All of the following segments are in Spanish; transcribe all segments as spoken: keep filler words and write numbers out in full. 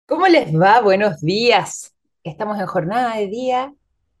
¿Cómo les va? Buenos días. Estamos en jornada de día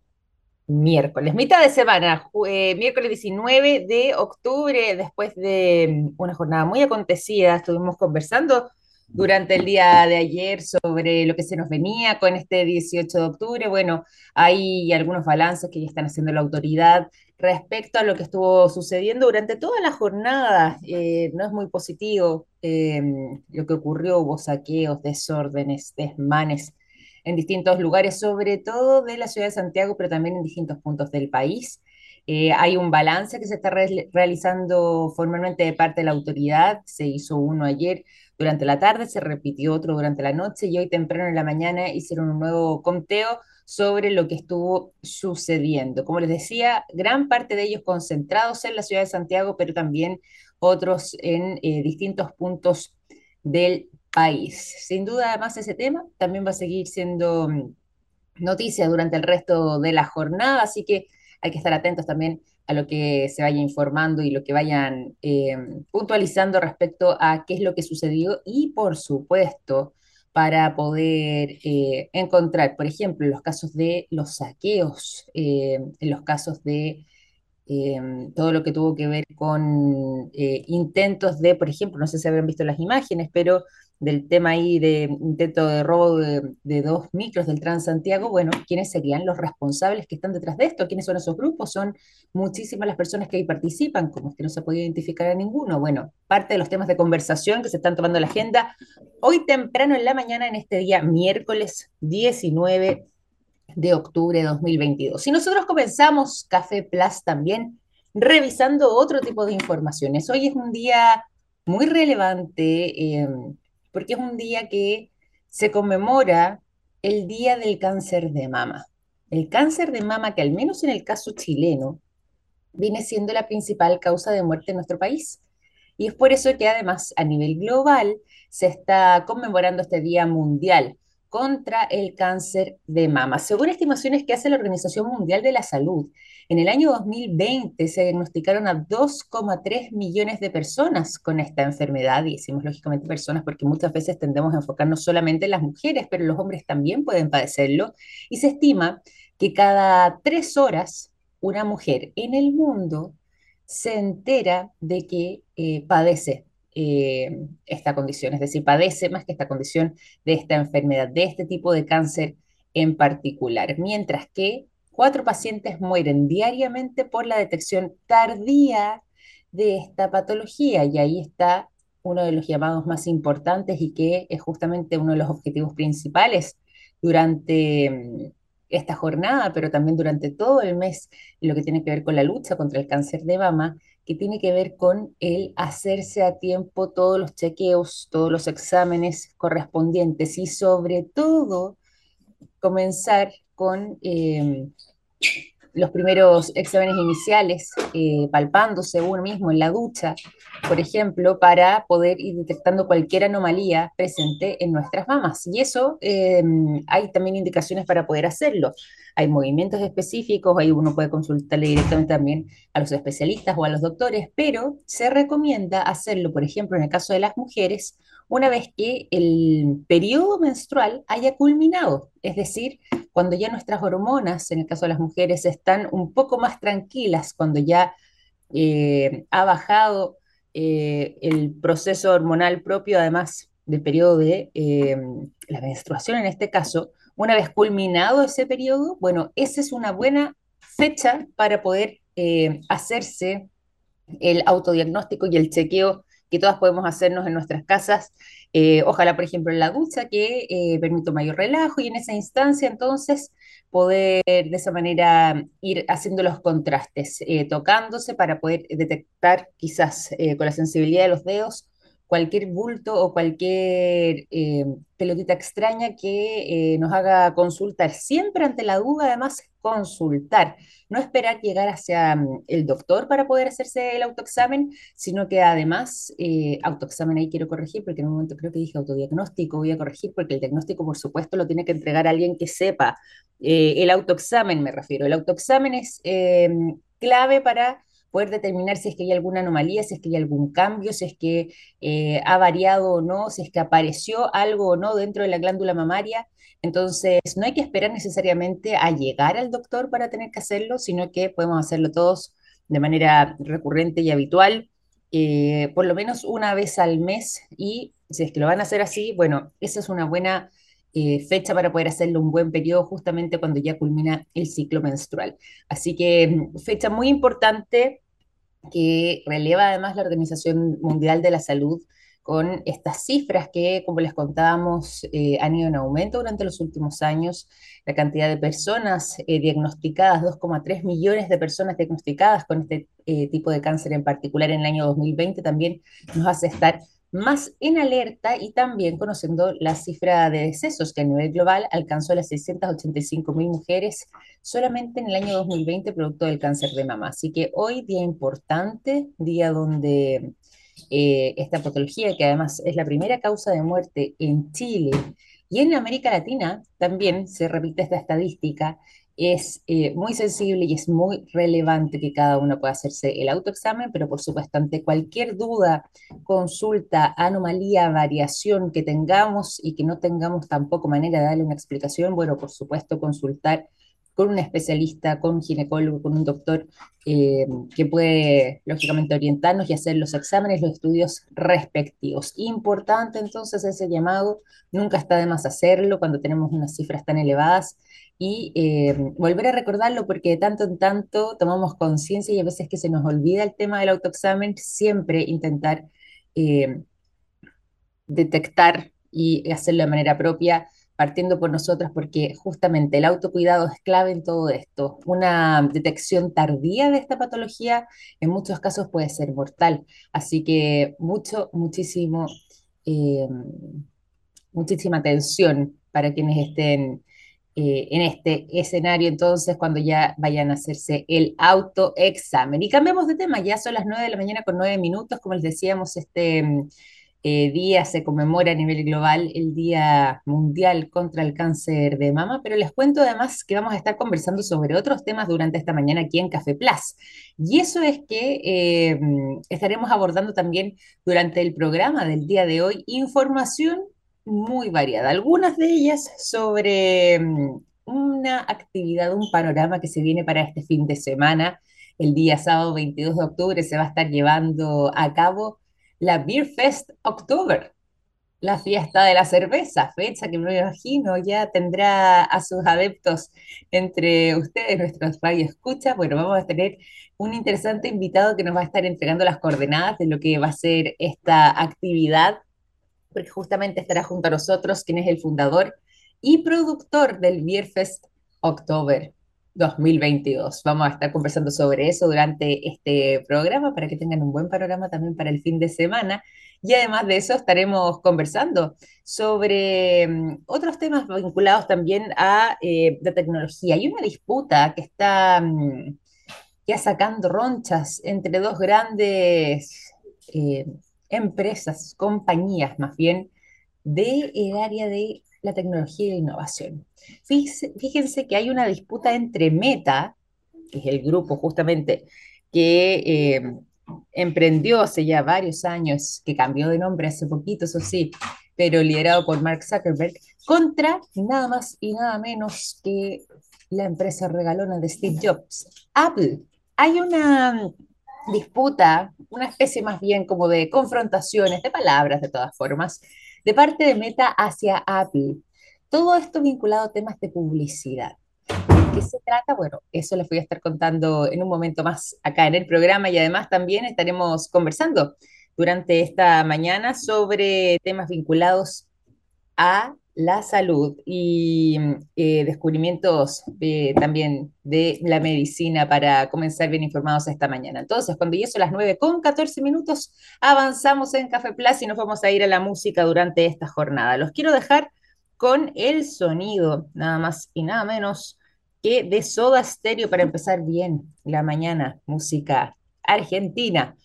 miércoles, mitad de semana, ju- eh, miércoles diecinueve de octubre, después de mm, una jornada muy acontecida. Estuvimos conversando durante el día de ayer sobre lo que se nos venía con este dieciocho de octubre. Bueno, hay algunos balances que ya están haciendo la autoridad respecto a lo que estuvo sucediendo durante toda la jornada. Eh, no es muy positivo eh, lo que ocurrió, hubo saqueos, desórdenes, desmanes en distintos lugares, sobre todo de la ciudad de Santiago, pero también en distintos puntos del país. Eh, hay un balance que se está re realizando formalmente de parte de la autoridad. Se hizo uno ayer durante la tarde, se repitió otro durante la noche y hoy temprano en la mañana hicieron un nuevo conteo sobre lo que estuvo sucediendo. Como les decía, gran parte de ellos concentrados en la ciudad de Santiago, pero también otros en eh, distintos puntos del país. Sin duda, además, ese tema también va a seguir siendo mm, noticia durante el resto de la jornada, así que hay que estar atentos también a lo que se vaya informando y lo que vayan eh, puntualizando respecto a qué es lo que sucedió y, por supuesto, para poder eh, encontrar, por ejemplo, en los casos de los saqueos, eh, en los casos de eh, todo lo que tuvo que ver con eh, intentos de, por ejemplo, no sé si habrán visto las imágenes, pero del tema ahí de intento de robo de, de dos micros del Transantiago, bueno, ¿quiénes serían los responsables que están detrás de esto? ¿Quiénes son esos grupos? Son muchísimas las personas que ahí participan, como es que no se ha podido identificar a ninguno. Bueno, parte de los temas de conversación que se están tomando en la agenda hoy temprano en la mañana, en este día miércoles diecinueve de octubre de dos mil veintidós. Y nosotros comenzamos Café Plus también revisando otro tipo de informaciones. Hoy es un día muy relevante eh, porque es un día que se conmemora el Día del Cáncer de Mama. El cáncer de mama, que al menos en el caso chileno, viene siendo la principal causa de muerte en nuestro país. Y es por eso que además a nivel global se está conmemorando este Día Mundial contra el cáncer de mama. Según estimaciones que hace la Organización Mundial de la Salud, en el año dos mil veinte se diagnosticaron a dos coma tres millones de personas con esta enfermedad, y decimos lógicamente personas porque muchas veces tendemos a enfocarnos solamente en las mujeres, pero los hombres también pueden padecerlo, y se estima que cada tres horas una mujer en el mundo se entera de que eh, padece eh, esta condición, es decir, padece más que esta condición de esta enfermedad, de este tipo de cáncer en particular, mientras que cuatro pacientes mueren diariamente por la detección tardía de esta patología, y ahí está uno de los llamados más importantes y que es justamente uno de los objetivos principales durante mm, esta jornada, pero también durante todo el mes, lo que tiene que ver con la lucha contra el cáncer de mama, que tiene que ver con el hacerse a tiempo todos los chequeos, todos los exámenes correspondientes y sobre todo comenzar con eh, los primeros exámenes iniciales, eh, palpándose uno mismo en la ducha, por ejemplo, para poder ir detectando cualquier anomalía presente en nuestras mamas. Y eso eh, hay también indicaciones para poder hacerlo. Hay movimientos específicos, ahí uno puede consultarle directamente también a los especialistas o a los doctores, pero se recomienda hacerlo, por ejemplo, en el caso de las mujeres, una vez que el periodo menstrual haya culminado, es decir, cuando ya nuestras hormonas, en el caso de las mujeres, están un poco más tranquilas, cuando ya eh, ha bajado eh, el proceso hormonal propio, además del periodo de eh, la menstruación en este caso, una vez culminado ese periodo, bueno, esa es una buena fecha para poder eh, hacerse el autodiagnóstico y el chequeo que todas podemos hacernos en nuestras casas. Eh, ojalá, por ejemplo, en la ducha, que eh, permite un mayor relajo y en esa instancia, entonces, poder de esa manera ir haciendo los contrastes, eh, tocándose para poder detectar quizás eh, con la sensibilidad de los dedos cualquier bulto o cualquier eh, pelotita extraña que eh, nos haga consultar. Siempre ante la duda, además, consultar. No esperar llegar hacia mm, el doctor para poder hacerse el autoexamen, sino que además, eh, autoexamen ahí quiero corregir, porque en un momento creo que dije autodiagnóstico, voy a corregir, porque el diagnóstico, por supuesto, lo tiene que entregar alguien que sepa. Eh, el autoexamen me refiero. El autoexamen es eh, clave para poder determinar si es que hay alguna anomalía, si es que hay algún cambio, si es que eh, ha variado o no, si es que apareció algo o no dentro de la glándula mamaria. Entonces, no hay que esperar necesariamente a llegar al doctor para tener que hacerlo, sino que podemos hacerlo todos de manera recurrente y habitual, eh, por lo menos una vez al mes. Y si es que lo van a hacer así, bueno, esa es una buena eh, fecha para poder hacerlo, un buen periodo justamente cuando ya culmina el ciclo menstrual. Así que mm, fecha muy importante que releva además la Organización Mundial de la Salud con estas cifras que, como les contábamos, eh, han ido en aumento durante los últimos años. La cantidad de personas eh, diagnosticadas, dos coma tres millones de personas diagnosticadas con este eh, tipo de cáncer en particular en el año dos mil veinte, también nos hace estar más en alerta y también conociendo la cifra de decesos que a nivel global alcanzó las seiscientas ochenta y cinco mil mujeres solamente en el año dos mil veinte producto del cáncer de mama. Así que hoy día importante, día donde eh, esta patología, que además es la primera causa de muerte en Chile y en América Latina, también se repite esta estadística, es eh, muy sensible y es muy relevante que cada uno pueda hacerse el autoexamen, pero por supuesto, ante cualquier duda, consulta, anomalía, variación que tengamos y que no tengamos tampoco manera de darle una explicación, bueno, por supuesto, consultar con un especialista, con un ginecólogo, con un doctor eh, que puede, lógicamente, orientarnos y hacer los exámenes, los estudios respectivos. Importante entonces ese llamado, nunca está de más hacerlo cuando tenemos unas cifras tan elevadas y eh, volver a recordarlo porque de tanto en tanto tomamos conciencia y a veces que se nos olvida el tema del autoexamen, siempre intentar eh, detectar y hacerlo de manera propia, partiendo por nosotras, porque justamente el autocuidado es clave en todo esto. Una detección tardía de esta patología en muchos casos puede ser mortal. Así que mucho, muchísimo, eh, muchísima atención para quienes estén eh, en este escenario, entonces, cuando ya vayan a hacerse el autoexamen. Y cambiamos de tema, ya son las nueve de la mañana con nueve minutos, como les decíamos, este eh, día se conmemora a nivel global el Día Mundial contra el Cáncer de Mama, pero les cuento además que vamos a estar conversando sobre otros temas durante esta mañana aquí en Café Plus. Y eso es que eh, estaremos abordando también durante el programa del día de hoy información muy variada, algunas de ellas sobre mm, una actividad, un panorama que se viene para este fin de semana. El día sábado veintidós de octubre se va a estar llevando a cabo la Beer Fest October, la fiesta de la cerveza, fecha que me imagino ya tendrá a sus adeptos entre ustedes, nuestros radioescuchas. Bueno, vamos a tener un interesante invitado que nos va a estar entregando las coordenadas de lo que va a ser esta actividad, porque justamente estará junto a nosotros, quien es el fundador y productor del Beer Fest October dos mil veintidós. Vamos a estar conversando sobre eso durante este programa para que tengan un buen panorama también para el fin de semana. Y además de eso estaremos conversando sobre um, otros temas vinculados también a eh, la tecnología. Hay una disputa que está um, ya sacando ronchas entre dos grandes eh, empresas, compañías más bien, del área de la tecnología y la innovación. Fíjense, fíjense que hay una disputa entre Meta, que es el grupo justamente que eh, emprendió hace ya varios años, que cambió de nombre hace poquito, eso sí, pero liderado por Mark Zuckerberg, contra nada más y nada menos que la empresa regalona de Steve Jobs, Apple. Hay una disputa, una especie más bien como de confrontaciones, de palabras de todas formas, de parte de Meta hacia Apple. Todo esto vinculado a temas de publicidad. ¿De qué se trata? Bueno, eso les voy a estar contando en un momento más acá en el programa y además también estaremos conversando durante esta mañana sobre temas vinculados a la salud y eh, descubrimientos eh, también de la medicina para comenzar bien informados esta mañana. Entonces, cuando ya son las nueve con catorce minutos, avanzamos en Café Plus y nos vamos a ir a la música durante esta jornada. Los quiero dejar con el sonido, nada más y nada menos que de Soda Stereo para empezar bien la mañana, música argentina.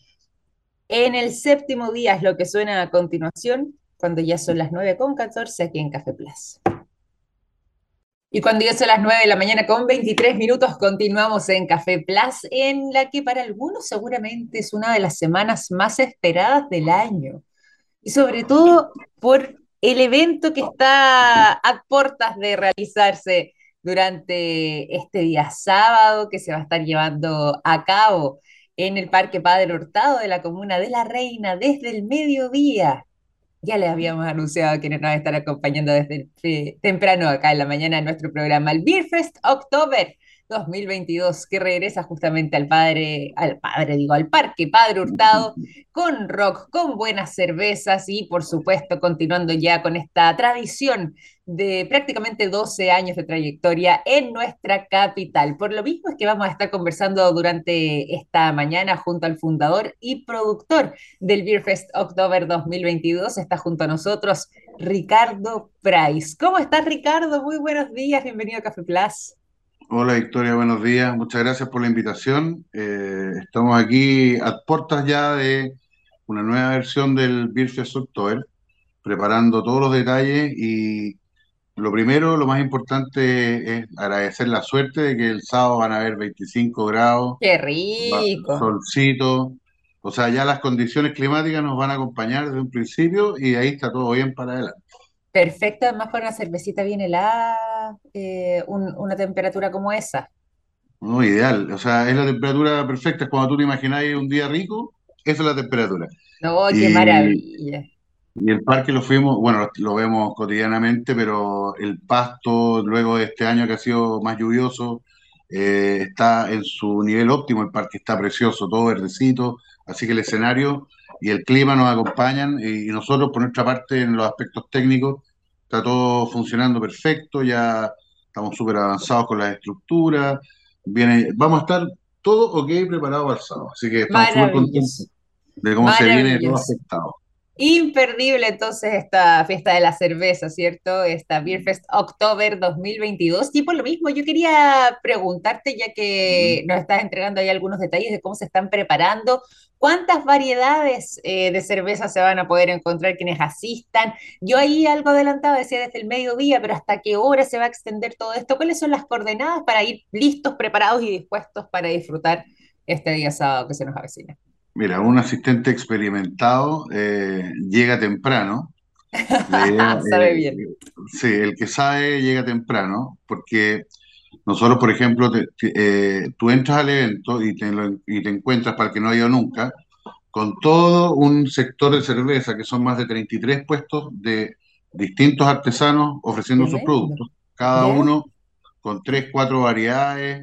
En el séptimo día es lo que suena a continuación, cuando ya son las nueve con catorce aquí en Café Plus. Y cuando ya son las nueve de la mañana con veintitrés minutos, continuamos en Café Plus, en la que para algunos seguramente es una de las semanas más esperadas del año. Y sobre todo por el evento que está a puertas de realizarse durante este día sábado, que se va a estar llevando a cabo en el Parque Padre Hurtado de la Comuna de La Reina desde el mediodía. Ya les habíamos anunciado que nos van a estar acompañando desde eh, temprano acá en la mañana en nuestro programa, el Beer Fest October dos mil veintidós, que regresa justamente al padre, al padre, digo, al Parque Padre Hurtado, con rock, con buenas cervezas y, por supuesto, continuando ya con esta tradición de prácticamente doce años de trayectoria en nuestra capital. Por lo mismo es que vamos a estar conversando durante esta mañana junto al fundador y productor del Beer Fest October dos mil veintidós. Está junto a nosotros Ricardo Price. ¿Cómo estás, Ricardo? Muy buenos días, bienvenido a Café Plus. Hola Victoria, buenos días. Muchas gracias por la invitación. Eh, estamos aquí a puertas ya de una nueva versión del Beer Fest October, preparando todos los detalles y lo primero, lo más importante es agradecer la suerte de que el sábado van a haber veinticinco grados, Qué va- rico. solcito, o sea, ya las condiciones climáticas nos van a acompañar desde un principio y ahí está todo bien para adelante. Perfecto, además para una cervecita bien helada, eh, un- una temperatura como esa. No, ideal, o sea, es la temperatura perfecta, es cuando tú te imaginas un día rico, esa es la temperatura. No, qué Y, maravilla. y el parque lo fuimos, bueno, lo vemos cotidianamente, pero el pasto, luego de este año que ha sido más lluvioso, eh, está en su nivel óptimo, el parque está precioso, todo verdecito, así que el escenario y el clima nos acompañan y, y nosotros por nuestra parte en los aspectos técnicos está todo funcionando perfecto, ya estamos súper avanzados con las estructuras, viene, vamos a estar todo ok preparado para el sábado, así que estamos súper Maravilloso, contentos de cómo se viene todo maravilloso. afectado. Imperdible entonces esta fiesta de la cerveza, ¿cierto? Esta Beer Fest October dos mil veintidós. Y por lo mismo, yo quería preguntarte, ya que nos estás entregando ahí algunos detalles de cómo se están preparando, ¿cuántas variedades eh, de cerveza se van a poder encontrar quienes asistan? Yo ahí algo adelantado decía desde el mediodía, pero ¿hasta qué hora se va a extender todo esto? ¿Cuáles son las coordenadas para ir listos, preparados y dispuestos para disfrutar este día sábado que se nos avecina? Mira, un asistente experimentado eh, llega temprano. La idea, Sabe bien. eh, sí, el que sabe llega temprano, porque nosotros, por ejemplo, te- te- eh, tú entras al evento y te, lo- y te encuentras, para el que no ha ido nunca, con todo un sector de cerveza, que son más de treinta y tres puestos de distintos artesanos ofreciendo sus Tremendo. productos, cada ¿Ya? uno con tres, cuatro variedades.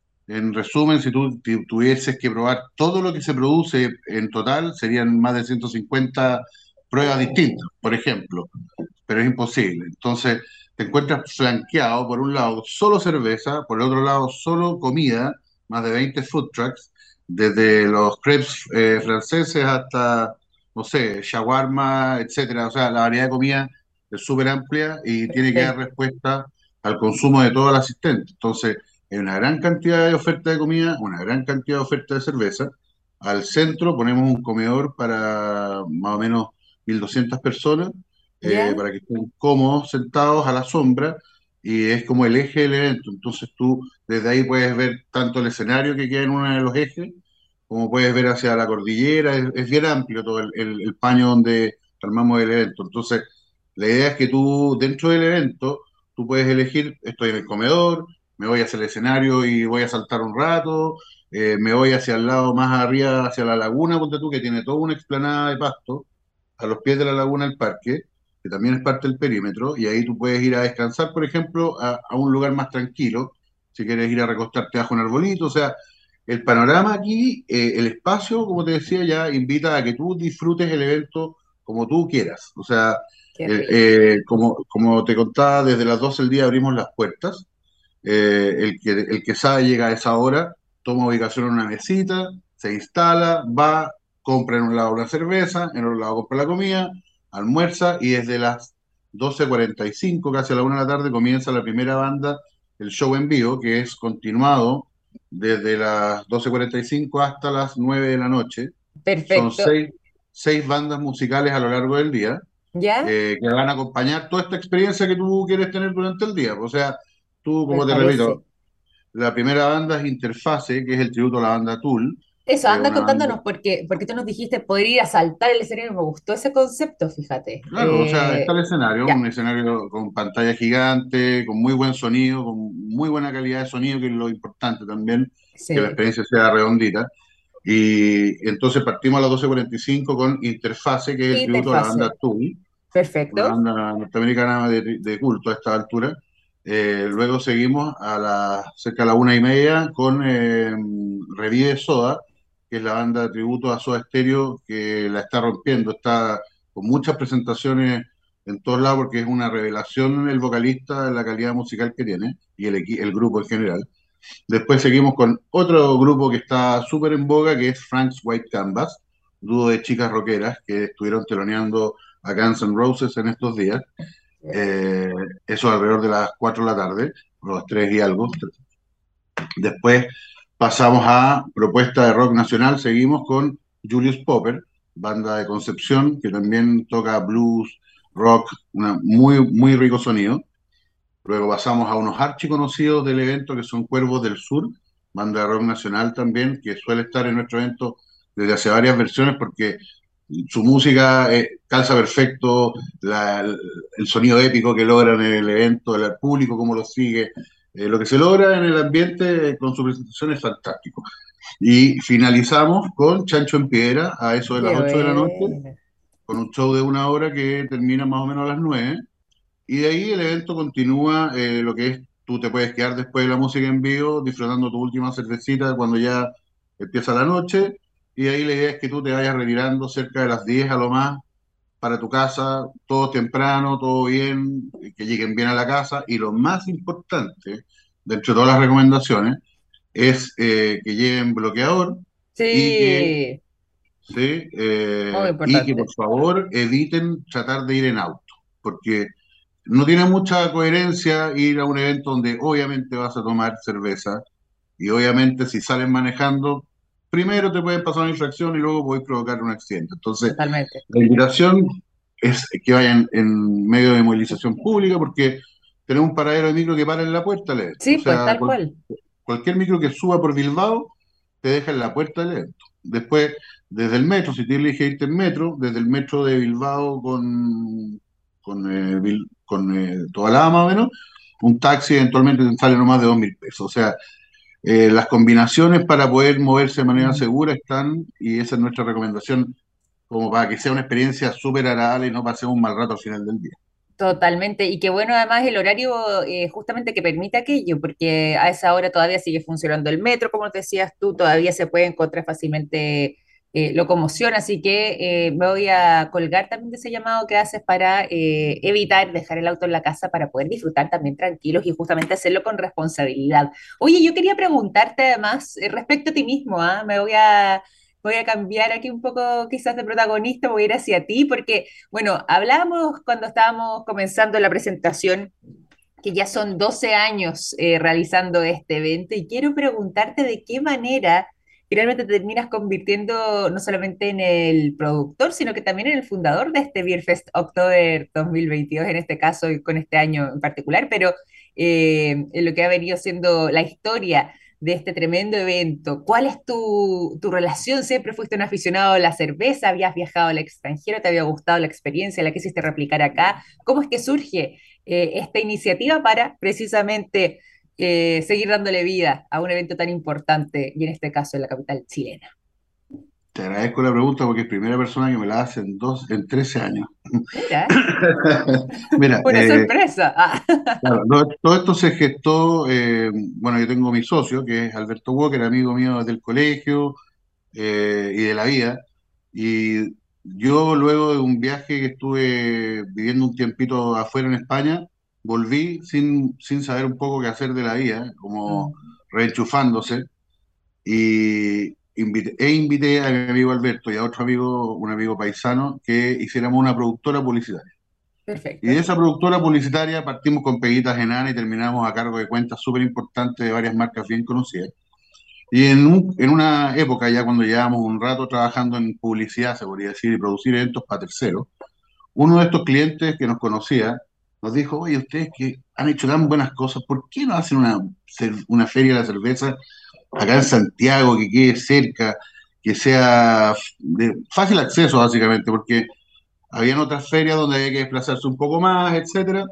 En resumen, si tú ti- tuvieses que probar todo lo que se produce en total, serían más de ciento cincuenta pruebas distintas, por ejemplo, pero es imposible. Entonces, te encuentras flanqueado, por un lado, solo cerveza, por el otro lado, solo comida, más de veinte food trucks, desde los crepes eh, franceses hasta, no sé, shawarma, etcétera. O sea, la variedad de comida es súper amplia y tiene que dar Perfecto. respuesta al consumo de todo el asistente. Entonces, hay una gran cantidad de oferta de comida, una gran cantidad de oferta de cerveza. Al centro ponemos un comedor para más o menos mil doscientas personas, eh, ¿Ya? para que estén cómodos sentados a la sombra, y es como el eje del evento. Entonces tú desde ahí puedes ver tanto el escenario que queda en uno de los ejes, como puedes ver hacia la cordillera. Es, es bien amplio todo el, el- el paño donde armamos el evento. Entonces, la idea es que tú, dentro del evento, tú puedes elegir: estoy en el comedor, me voy hacia el escenario y voy a saltar un rato, eh, me voy hacia el lado más arriba, hacia la laguna, ponte tú, que tiene toda una explanada de pasto, a los pies de la laguna el parque, que también es parte del perímetro, y ahí tú puedes ir a descansar, por ejemplo, a, a un lugar más tranquilo, si quieres ir a recostarte bajo un arbolito. O sea, el panorama aquí, eh, el espacio, como te decía, ya invita a que tú disfrutes el evento como tú quieras. O sea, Qué eh, rico. eh, como, como te contaba, desde las doce del día abrimos las puertas. Eh, el que, el que sabe llega a esa hora, toma ubicación en una mesita, se instala, va, compra en un lado una cerveza, en otro lado compra la comida, almuerza, y desde las doce cuarenta y cinco, casi a la una de la tarde, comienza la primera banda, el show en vivo, que es continuado desde las doce cuarenta y cinco hasta las nueve de la noche. Son Perfecto. seis, seis bandas musicales a lo largo del día, ¿Ya? eh, que van a acompañar toda esta experiencia que tú quieres tener durante el día. O sea, Tú, me como te parece. repito, la primera banda es Interfase, que es el tributo a la banda Tool, Eso, eh, anda una banda. contándonos porque, porque tú nos dijiste poder ir a saltar el escenario. Me gustó ese concepto, fíjate. Claro, o sea, está Eh, el escenario, un ya, escenario con pantalla gigante, con muy buen sonido, con muy buena calidad de sonido, que es lo importante también, que la sí. experiencia sea redondita. Y entonces partimos a las doce cuarenta y cinco con Interfase, que es el tributo a la banda Interfase. Tool, una Perfecto. banda norteamericana de, de culto a esta altura. Eh, luego seguimos a la, cerca de la una y media con eh, Revive Soda, que es la banda de tributo a Soda Stereo que la está rompiendo, está con muchas presentaciones en todos lados porque es una revelación el vocalista de la calidad musical que tiene y el, equi- el grupo en general. Después seguimos con otro grupo que está súper en boga, que es Frank's White Canvas, dúo de chicas rockeras que estuvieron teloneando a Guns N' Roses en estos días. Eh, eso alrededor de las cuatro de la tarde, o las tres y algo. Después pasamos a propuesta de rock nacional, seguimos con Julius Popper, banda de Concepción, que también toca blues, rock, una muy, muy rico sonido. Luego pasamos a unos archiconocidos del evento que son Cuervos del Sur, banda de rock nacional también, que suele estar en nuestro evento desde hace varias versiones porque su música eh, calza perfecto, la- el sonido épico que logran en el evento, el público cómo lo sigue, eh, lo que se logra en el ambiente con su presentación es fantástico. Y finalizamos con Chancho en Piedra a eso de las Qué ocho de la noche, bueno. con un show de una hora que termina más o menos a las nueve. Y de ahí el evento continúa, eh, lo que es, tú te puedes quedar después de la música en vivo, disfrutando tu última cervecita cuando ya empieza la noche, y ahí la idea es que tú te vayas retirando cerca de las diez a lo más para tu casa, todo temprano, todo bien, que lleguen bien a la casa, y lo más importante, dentro de todas las recomendaciones, es eh, que lleven bloqueador y que, Sí, sí, muy eh, y que por importante. favor eviten tratar de ir en auto, porque no tiene mucha coherencia ir a un evento donde obviamente vas a tomar cerveza y obviamente si sales manejando, primero te pueden pasar una infracción y luego puedes provocar un accidente. Entonces, Totalmente. la invitación es que vayan en medio de movilización pública porque tenemos un paradero de micro que para en la puerta del evento. Sí, O pues sea, tal cual- cual. cualquier micro que suba por Bilbao te deja en la puerta del evento. Después, desde el metro, si tienes que irte en metro, desde el metro de Bilbao con, con, eh, Bil- con eh, Tobalaba más o menos, un taxi eventualmente te sale no más de dos mil pesos. O sea, eh, las combinaciones para poder moverse de manera Mm. segura están y esa es nuestra recomendación como para que sea una experiencia súper agradable y no pasemos un mal rato al final del día. Totalmente, y qué bueno además el horario eh, justamente que permite aquello, porque a esa hora todavía sigue funcionando el metro, como te decías tú, todavía se puede encontrar fácilmente eh, locomoción, así que eh, me voy a colgar también de ese llamado que haces para eh, evitar dejar el auto en la casa para poder disfrutar también tranquilos y justamente hacerlo con responsabilidad. Oye, yo quería preguntarte además eh, respecto a ti mismo, ¿ah? Me voy a... Voy a cambiar aquí un poco quizás de protagonista, voy a ir hacia ti, porque bueno, hablábamos cuando estábamos comenzando la presentación que ya son doce años eh, realizando este evento y quiero preguntarte de qué manera finalmente te terminas convirtiendo no solamente en el productor, sino que también en el fundador de este Beer Fest October dos mil veintidós, en este caso y con este año en particular, pero eh, en lo que ha venido siendo la historia de este tremendo evento. ¿Cuál es tu, tu relación? ¿Siempre fuiste un aficionado a la cerveza? ¿Habías viajado al extranjero? ¿Te había gustado la experiencia? ¿La quisiste replicar acá? ¿Cómo es que surge eh, esta iniciativa para precisamente eh, seguir dándole vida a un evento tan importante y en este caso en la capital chilena? Te agradezco la pregunta porque es primera persona que me la hace en, dos, en trece años. Mira, Mira, una eh, sorpresa. Ah, claro, no, todo esto se gestó, eh, bueno, yo tengo mi socio, que es Alberto Walker, amigo mío desde el colegio eh, y de la vida, y yo luego de un viaje que estuve viviendo un tiempito afuera en España, volví sin, sin saber un poco qué hacer de la vida, como mm, reenchufándose, y invité, e invité a mi amigo Alberto y a otro amigo, un amigo paisano, que hiciéramos una productora publicitaria. Y de perfecto. esa productora publicitaria partimos con peguitas enanas y terminamos a cargo de cuentas súper importantes de varias marcas bien conocidas. Y en, un- en una época, ya cuando llevábamos un rato trabajando en publicidad, se podría decir, y producir eventos para terceros, uno de estos clientes que nos conocía nos dijo, oye, ustedes que han hecho tan buenas cosas, ¿por qué no hacen una, cer- una feria de la cerveza acá en Santiago, que quede cerca, que sea de fácil acceso, básicamente? Porque habían otras ferias donde había que desplazarse un poco más, etcétera,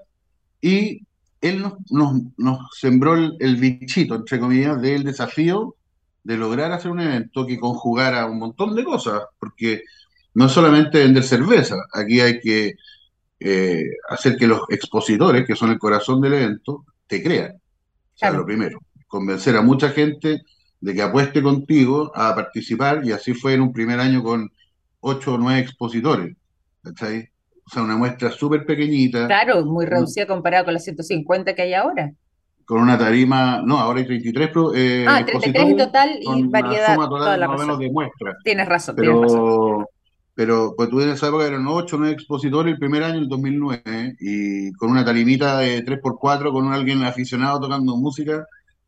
y él nos, nos, nos sembró el, el bichito, entre comillas, del desafío de lograr hacer un evento que conjugara un montón de cosas, porque no es solamente vender cerveza, aquí hay que eh, hacer que los expositores, que son el corazón del evento, te crean. O sea, lo Claro. primero, convencer a mucha gente de que apueste contigo a participar, y así fue en un primer año con ocho o nueve expositores, ¿cachai? O sea, una muestra súper pequeñita, Claro, muy ¿no? reducida comparado con los ciento cincuenta que hay ahora. Con una tarima, no, ahora hay treinta y tres pro- eh, Ah, treinta y tres en expositores, total con y una variedad, suma toda total la más o menos razón. de muestras. Tienes razón, tienes razón. Pero, pero pues tú en esa época eran ocho o nueve expositores el primer año, el dos mil nueve, y con una tarimita de tres por cuatro con un alguien aficionado tocando música,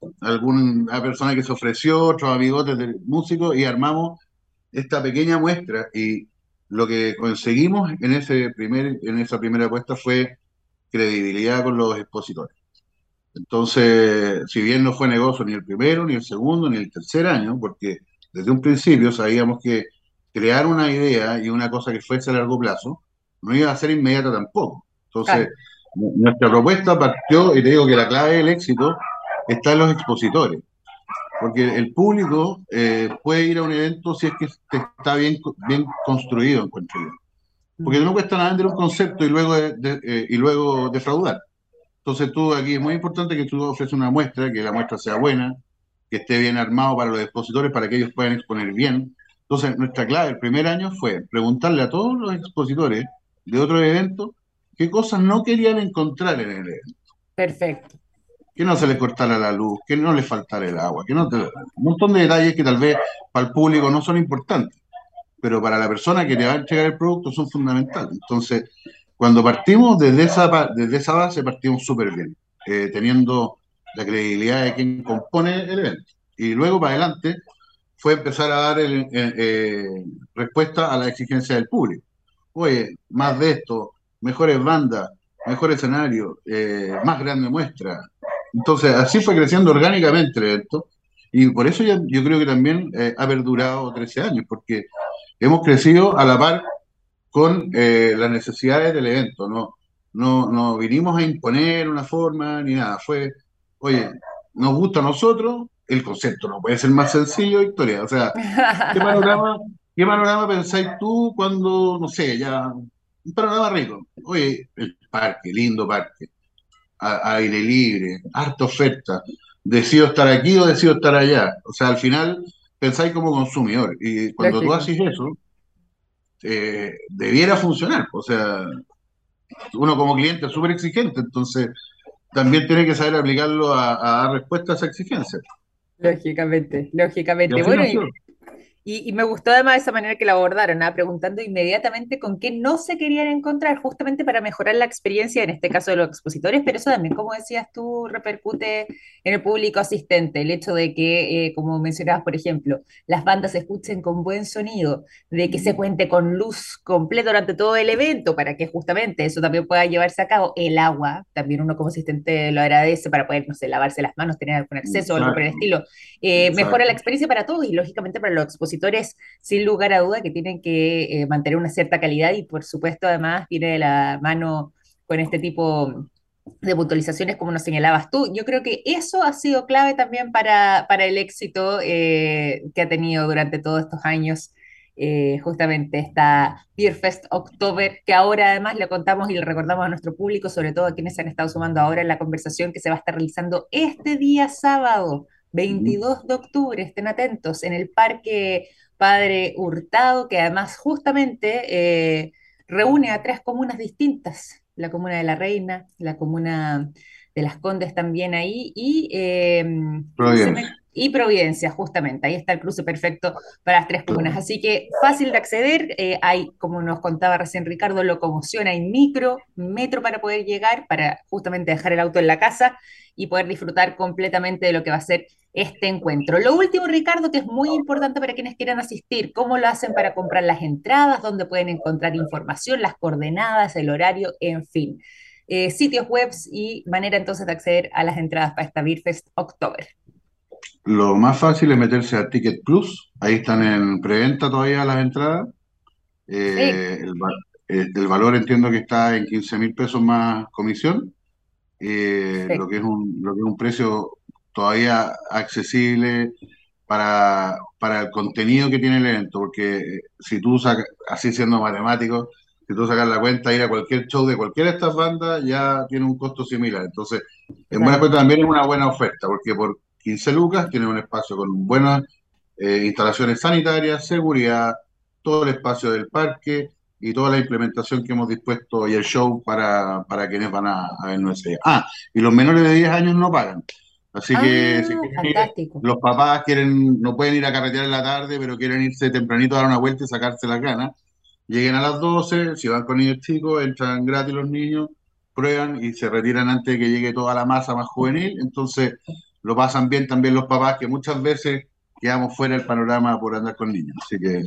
alguna persona que se ofreció, otros amigotes de músicos, y armamos esta pequeña muestra. Y lo que conseguimos en, ese primer, en esa primera apuesta fue credibilidad con los expositores. Entonces, si bien no fue negocio ni el primero, ni el segundo, ni el tercer año, porque desde un principio sabíamos que crear una idea y una cosa que fuese a largo plazo no iba a ser inmediata tampoco. Entonces, Claro. nu- nuestra propuesta partió, y te digo que la clave del éxito está en los expositores, porque el público eh, puede ir a un evento si es que este está bien, bien construido, encuentro yo. Porque Mm. no cuesta nada vender un concepto y luego, de- de- eh, y luego defraudar. Entonces tú aquí es muy importante que tú ofreces una muestra, que la muestra sea buena, que esté bien armado para los expositores, para que ellos puedan exponer bien. Entonces nuestra clave el primer año fue preguntarle a todos los expositores de otros eventos qué cosas no querían encontrar en el evento. Perfecto. Que no se les cortara la luz, que no les faltara el agua, que no te- un montón de detalles que tal vez para el público no son importantes, pero para la persona que te va a entregar el producto son fundamentales. Entonces, cuando partimos desde esa, pa- desde esa base, partimos súper bien, eh, teniendo la credibilidad de quien compone el evento. Y luego para adelante fue empezar a dar el- eh, eh, respuesta a la exigencia del público. Oye, más de esto, mejores bandas, mejor escenario, eh, más grande muestra. Entonces, así fue creciendo orgánicamente el evento. Y por eso yo, yo creo que también eh, ha perdurado trece años, porque hemos crecido a la par con eh, las necesidades del evento. No, no, no vinimos a imponer una forma ni nada. Fue, oye, nos gusta a nosotros, el concepto no puede ser más sencillo, Victoria. O sea, ¿qué panorama, qué panorama pensáis tú cuando, no sé, ya, un panorama rico? Oye, el parque, lindo parque, a- aire libre, harta oferta. Decido estar aquí o decido estar allá. O sea, al final pensáis como consumidor. Y cuando tú Lógico. haces eso, eh, debiera funcionar. O sea, uno como cliente es súper exigente, entonces también tiene que saber aplicarlo a, a dar respuesta a esa exigencia. Lógicamente, Y lógicamente. así Bueno, nació. y, y- y me gustó además esa manera que la abordaron, ¿ah? Preguntando inmediatamente con qué no se querían encontrar, justamente para mejorar la experiencia, en este caso de los expositores, pero eso también, como decías tú, repercute en el público asistente. El hecho de que, eh, como mencionabas, por ejemplo, las bandas se escuchen con buen sonido, de que se cuente con luz completa durante todo el evento, para que justamente eso también pueda llevarse a cabo. El agua, también uno como asistente lo agradece para poder, no sé, lavarse las manos, tener algún acceso o algo por el Exacto, estilo. Eh, mejora la exacto. experiencia para todos y lógicamente para los expositores, sin lugar a duda, que tienen que eh, mantener una cierta calidad y por supuesto además viene de la mano con este tipo de puntualizaciones como nos señalabas tú. Yo creo que eso ha sido clave también para, para el éxito eh, que ha tenido durante todos estos años. Eh, justamente esta Beer Fest October, que ahora además le contamos y le recordamos a nuestro público, sobre todo a quienes se han estado sumando ahora en la conversación que se va a estar realizando este día sábado, Ujú. veintidós de octubre, estén atentos, en el Parque Padre Hurtado, que además justamente eh, reúne a tres comunas distintas, la comuna de La Reina, la comuna de Las Condes también ahí, y, eh, ¿cómo se Providencia. llama? Y Providencia, justamente, ahí está el cruce perfecto para las tres comunas. Así que fácil de acceder, eh, hay, como nos contaba recién Ricardo, locomoción, hay micro, metro para poder llegar, para justamente dejar el auto en la casa y poder disfrutar completamente de lo que va a ser este encuentro. Lo último, Ricardo, que es muy importante para quienes quieran asistir, ¿cómo lo hacen para comprar las entradas? ¿Dónde pueden encontrar información, las coordenadas, el horario, en fin? eh, sitios web y manera entonces de acceder a las entradas para esta Beerfest October. Lo más fácil es meterse a Ticket Plus, ahí están en preventa todavía las entradas. Perfecto, Eh, el, va- eh, el valor entiendo que está en quince mil pesos más comisión, eh, lo que perfecto. es un, lo que es un precio todavía accesible para, para el contenido que tiene el evento, porque eh, si tú sacas, así siendo matemático, si tú sacas la cuenta, ir a cualquier show de cualquiera de estas bandas ya tiene un costo similar. Entonces, en buena cuenta Totalmente. también es una buena oferta, porque por quince lucas tiene un espacio con buenas eh, instalaciones sanitarias, seguridad, todo el espacio del parque y toda la implementación que hemos dispuesto y el show para, para quienes van a, a vernos ese día. Ah, y los menores de diez años no pagan. Así que si Ah, quieren ir, fantástico. los papás quieren, no pueden ir a carretear en la tarde, pero quieren irse tempranito a dar una vuelta y sacarse las ganas. Lleguen a las doce, si van con niños chicos, entran gratis los niños, prueban y se retiran antes de que llegue toda la masa más juvenil. Entonces lo pasan bien también los papás, que muchas veces quedamos fuera del panorama por andar con niños. Así que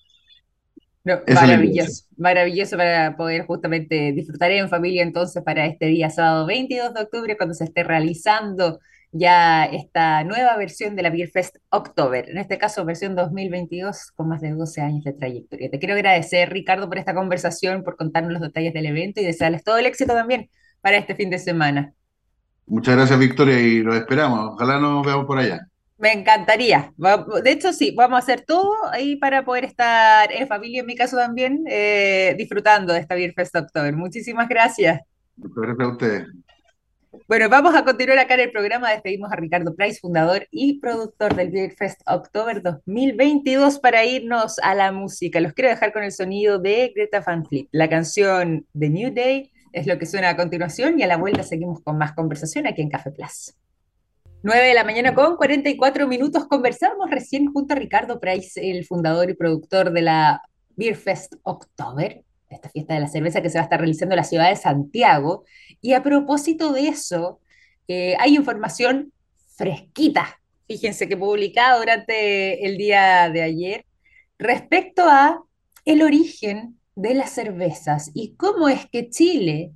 No, esa es la idea. Sí. maravilloso, maravilloso para poder justamente disfrutar en familia entonces para este día sábado veintidós de octubre cuando se esté realizando ya esta nueva versión de la Beer Fest October, en este caso versión dos mil veintidós con más de doce años de trayectoria. Te quiero agradecer, Ricardo, por esta conversación, por contarnos los detalles del evento y desearles todo el éxito también para este fin de semana. Muchas gracias, Victoria, y los esperamos. Ojalá nos veamos por allá. Me encantaría. Va- De hecho, sí, vamos a hacer todo ahí para poder estar en familia, en mi caso también, eh, disfrutando de esta Beer Fest October. Muchísimas gracias. Muchas gracias a ustedes. Bueno, vamos a continuar acá en el programa. Despedimos a Ricardo Price, fundador y productor del Beer Fest October dos mil veintidós, para irnos a la música. Los quiero dejar con el sonido de Greta Van Fleet. La canción The New Day es lo que suena a continuación y a la vuelta seguimos con más conversación aquí en Café Plus. Nueve de la mañana con cuarenta y cuatro minutos. Conversamos recién junto a Ricardo Price, el fundador y productor de la Beer Fest October, esta fiesta de la cerveza que se va a estar realizando en la ciudad de Santiago. Y a propósito de eso, eh, hay información fresquita, fíjense que publicada durante el día de ayer, respecto a el origen de las cervezas y cómo es que Chile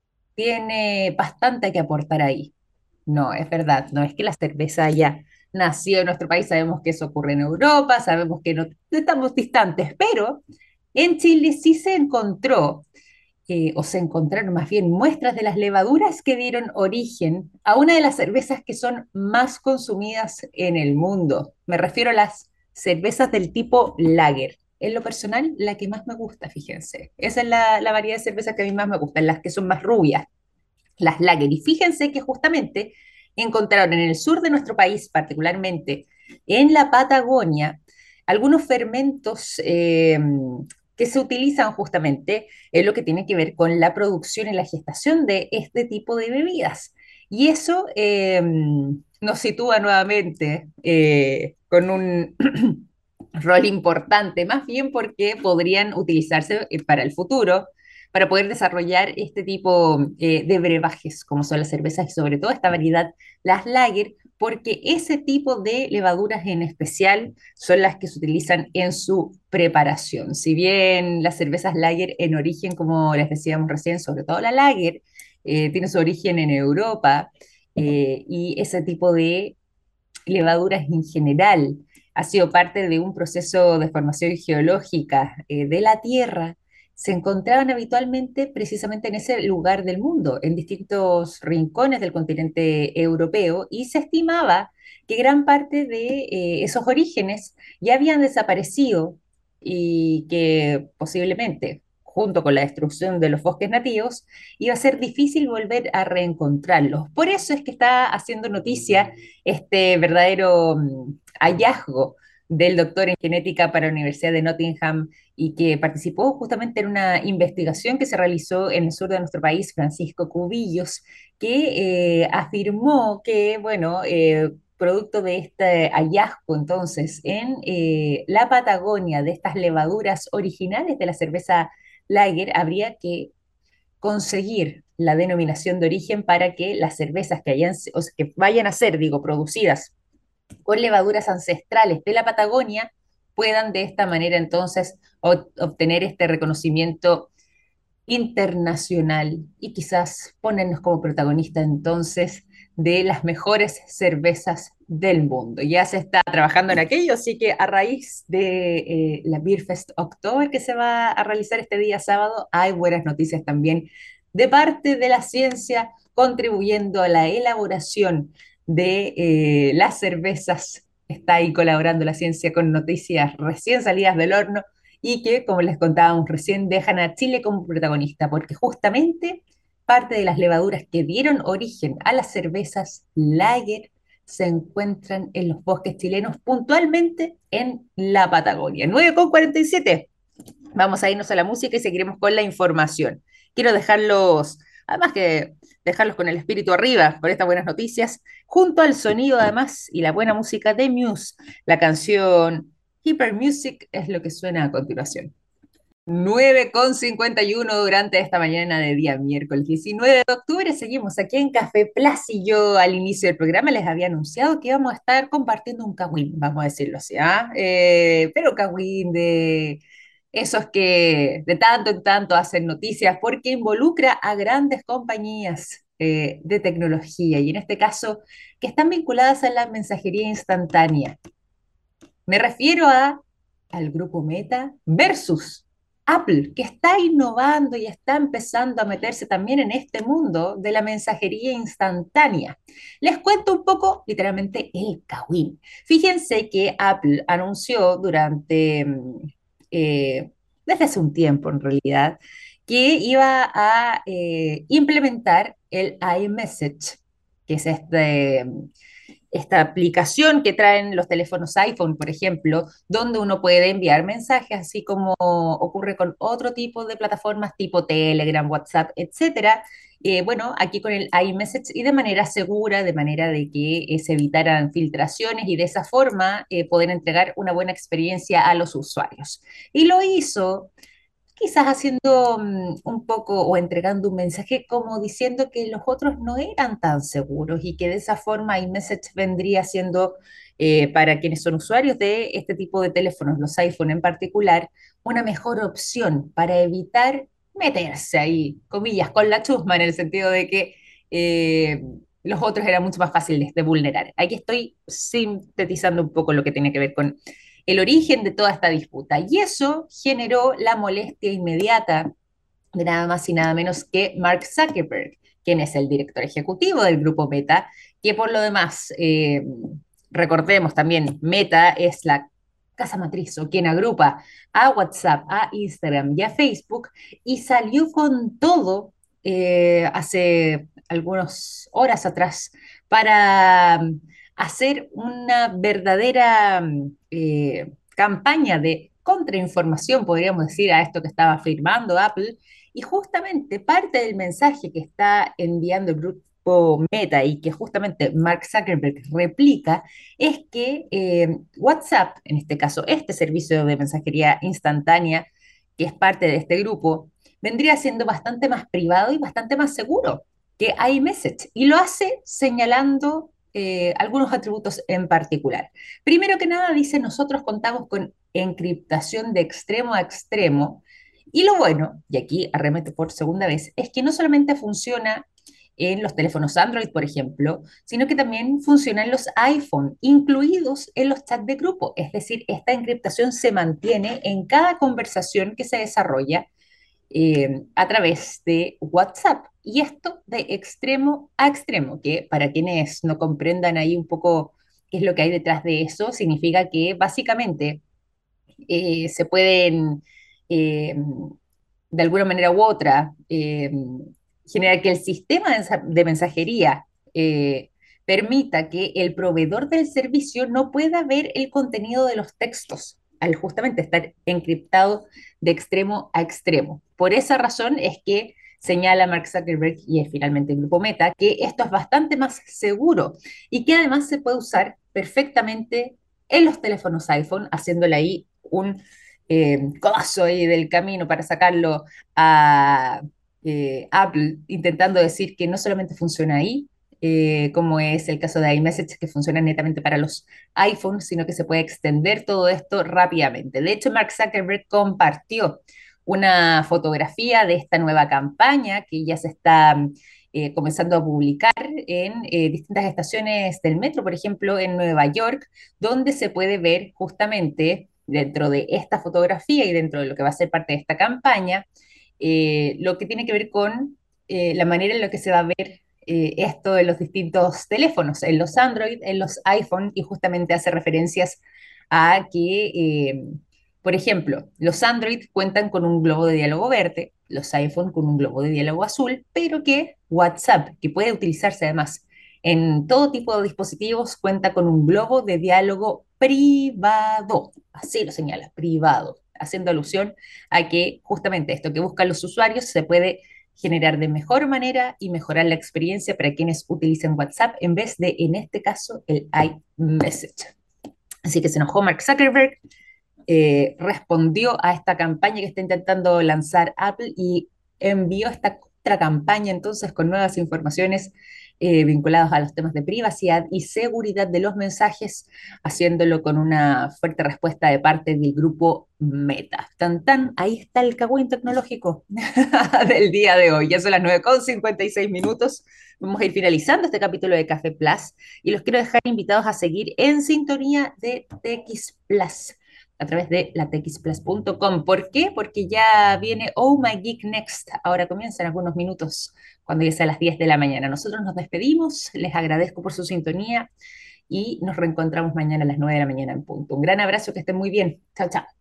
tiene bastante que aportar ahí. No, es verdad, no es que la cerveza haya nacido en nuestro país, sabemos que eso ocurre en Europa, sabemos que no estamos distantes, pero en Chile sí se encontró, eh, o se encontraron más bien muestras de las levaduras que dieron origen a una de las cervezas que son más consumidas en el mundo. Me refiero a las cervezas del tipo lager. En lo personal, la que más me gusta, fíjense. Esa es la, la variedad de cervezas que a mí más me gustan, las que son más rubias, las lager. Y fíjense que justamente encontraron en el sur de nuestro país, particularmente en la Patagonia, algunos fermentos eh, que se utilizan justamente en lo que tiene que ver con la producción y la gestación de este tipo de bebidas. Y eso eh, nos sitúa nuevamente eh, con un rol importante, más bien porque podrían utilizarse eh, para el futuro, para poder desarrollar este tipo eh, de brebajes, como son las cervezas y sobre todo esta variedad, las lager, porque ese tipo de levaduras en especial son las que se utilizan en su preparación. Si bien las cervezas lager en origen, como les decíamos recién, sobre todo la lager, eh, tiene su origen en Europa, eh, y ese tipo de levaduras en general ha sido parte de un proceso de formación geológica eh, de la Tierra, se encontraban habitualmente precisamente en ese lugar del mundo, en distintos rincones del continente europeo, y se estimaba que gran parte de eh, esos orígenes ya habían desaparecido y que posiblemente, junto con la destrucción de los bosques nativos, iba a ser difícil volver a reencontrarlos. Por eso es que está haciendo noticia este verdadero mm, hallazgo del doctor en genética para la Universidad de Nottingham y que participó justamente en una investigación que se realizó en el sur de nuestro país, Francisco Cubillos, que eh, afirmó que, bueno, eh, producto de este hallazgo entonces en eh, la Patagonia de estas levaduras originales de la cerveza lager, habría que conseguir la denominación de origen para que las cervezas que, hayan, o sea, que vayan a ser, digo, producidas con levaduras ancestrales de la Patagonia puedan de esta manera entonces obtener este reconocimiento internacional y quizás ponernos como protagonista entonces de las mejores cervezas del mundo. Ya se está trabajando en aquello, así que a raíz de eh, la Beer Fest October que se va a realizar este día sábado, hay buenas noticias también de parte de la ciencia contribuyendo a la elaboración de eh, las cervezas. Está ahí colaborando la ciencia con noticias recién salidas del horno y que, como les contábamos recién, dejan a Chile como protagonista, porque justamente parte de las levaduras que dieron origen a las cervezas Lager se encuentran en los bosques chilenos, puntualmente en la Patagonia. nueve con cuarenta y siete. Vamos a irnos a la música y seguiremos con la información. Quiero dejarlos, además que dejarlos con el espíritu arriba, con estas buenas noticias, junto al sonido además y la buena música de Muse. La canción Hyper Music es lo que suena a continuación. nueve con cincuenta y uno durante esta mañana de día miércoles diecinueve de octubre. Seguimos aquí en Café Plus y yo al inicio del programa les había anunciado que íbamos a estar compartiendo un cagüín, vamos a decirlo así, ¿ah? Eh, pero cagüín de esos que de tanto en tanto hacen noticias porque involucra a grandes compañías eh, de tecnología y en este caso que están vinculadas a la mensajería instantánea. Me refiero a, al grupo Meta versus Apple, que está innovando y está empezando a meterse también en este mundo de la mensajería instantánea. Les cuento un poco, literalmente, el Kawin. Fíjense que Apple anunció durante, mm, eh, desde hace un tiempo en realidad, que iba a eh, implementar el iMessage, que es este esta aplicación que traen los teléfonos iPhone, por ejemplo, donde uno puede enviar mensajes, así como ocurre con otro tipo de plataformas tipo Telegram, WhatsApp, etcétera. Eh, bueno, aquí con el iMessage y de manera segura, de manera de que eh, se evitaran filtraciones y de esa forma eh, poder entregar una buena experiencia a los usuarios. Y lo hizo quizás haciendo mm, un poco o entregando un mensaje como diciendo que los otros no eran tan seguros y que de esa forma iMessage vendría siendo eh, para quienes son usuarios de este tipo de teléfonos, los iPhone en particular, una mejor opción para evitar meterse ahí, comillas, con la chusma en el sentido de que eh, los otros eran mucho más fáciles de vulnerar. Aquí estoy sintetizando un poco lo que tiene que ver con el origen de toda esta disputa. Y eso generó la molestia inmediata de nada más y nada menos que Mark Zuckerberg, quien es el director ejecutivo del grupo Meta, que por lo demás, eh, recordemos también, Meta es la casa matriz o quien agrupa a WhatsApp, a Instagram y a Facebook, y salió con todo eh, hace algunas horas atrás para mm, hacer una verdadera mm, eh, campaña de contrainformación, podríamos decir, a esto que estaba afirmando Apple, y justamente parte del mensaje que está enviando el grupo Meta y que justamente Mark Zuckerberg replica es que eh, WhatsApp, en este caso este servicio de mensajería instantánea, que es parte de este grupo, vendría siendo bastante más privado y bastante más seguro que iMessage. Y lo hace señalando eh, algunos atributos en particular. Primero que nada, dice, nosotros contamos con encriptación de extremo a extremo. Y lo bueno, y aquí arremeto por segunda vez, es que no solamente funciona en los teléfonos Android, por ejemplo, sino que también funciona en los iPhone, incluidos en los chats de grupo. Es decir, esta encriptación se mantiene en cada conversación que se desarrolla eh, a través de WhatsApp. Y esto de extremo a extremo, que para quienes no comprendan ahí un poco qué es lo que hay detrás de eso, significa que básicamente eh, se pueden, eh, de alguna manera u otra, eh, generar que el sistema de de mensajería eh, permita que el proveedor del servicio no pueda ver el contenido de los textos, al justamente estar encriptado de extremo a extremo. Por esa razón es que señala Mark Zuckerberg y es finalmente el grupo Meta que esto es bastante más seguro y que además se puede usar perfectamente en los teléfonos iPhone, haciéndole ahí un eh, coso ahí del camino para sacarlo a eh, Apple, intentando decir que no solamente funciona ahí, eh, como es el caso de iMessage, que funciona netamente para los iPhones, sino que se puede extender todo esto rápidamente. De hecho, Mark Zuckerberg compartió una fotografía de esta nueva campaña que ya se está eh, comenzando a publicar en eh, distintas estaciones del metro, por ejemplo, en Nueva York, donde se puede ver justamente dentro de esta fotografía y dentro de lo que va a ser parte de esta campaña, eh, lo que tiene que ver con eh, la manera en la que se va a ver eh, esto en los distintos teléfonos, en los Android, en los iPhone, y justamente hace referencias a que, eh, por ejemplo, los Android cuentan con un globo de diálogo verde, los iPhone con un globo de diálogo azul, pero que WhatsApp, que puede utilizarse además en todo tipo de dispositivos, cuenta con un globo de diálogo privado, así lo señala, privado, haciendo alusión a que justamente esto que buscan los usuarios se puede generar de mejor manera y mejorar la experiencia para quienes utilicen WhatsApp en vez de, en este caso, el iMessage. Así que se enojó Mark Zuckerberg, eh, respondió a esta campaña que está intentando lanzar Apple y envió esta otra campaña entonces con nuevas informaciones eh, vinculadas a los temas de privacidad y seguridad de los mensajes, haciéndolo con una fuerte respuesta de parte del grupo Meta. Tan tan, ahí está el cagüín tecnológico del día de hoy. Ya son las nueve con cincuenta y seis minutos. Vamos a ir finalizando este capítulo de Café Plus y los quiero dejar invitados a seguir en sintonía de T X Plus a través de latexplus punto com. ¿Por qué? Porque ya viene Oh My Geek Next. Ahora comienzan algunos minutos cuando ya sea las diez de la mañana. Nosotros nos despedimos, les agradezco por su sintonía y nos reencontramos mañana a las nueve de la mañana en punto. Un gran abrazo, que estén muy bien. Chao, chao.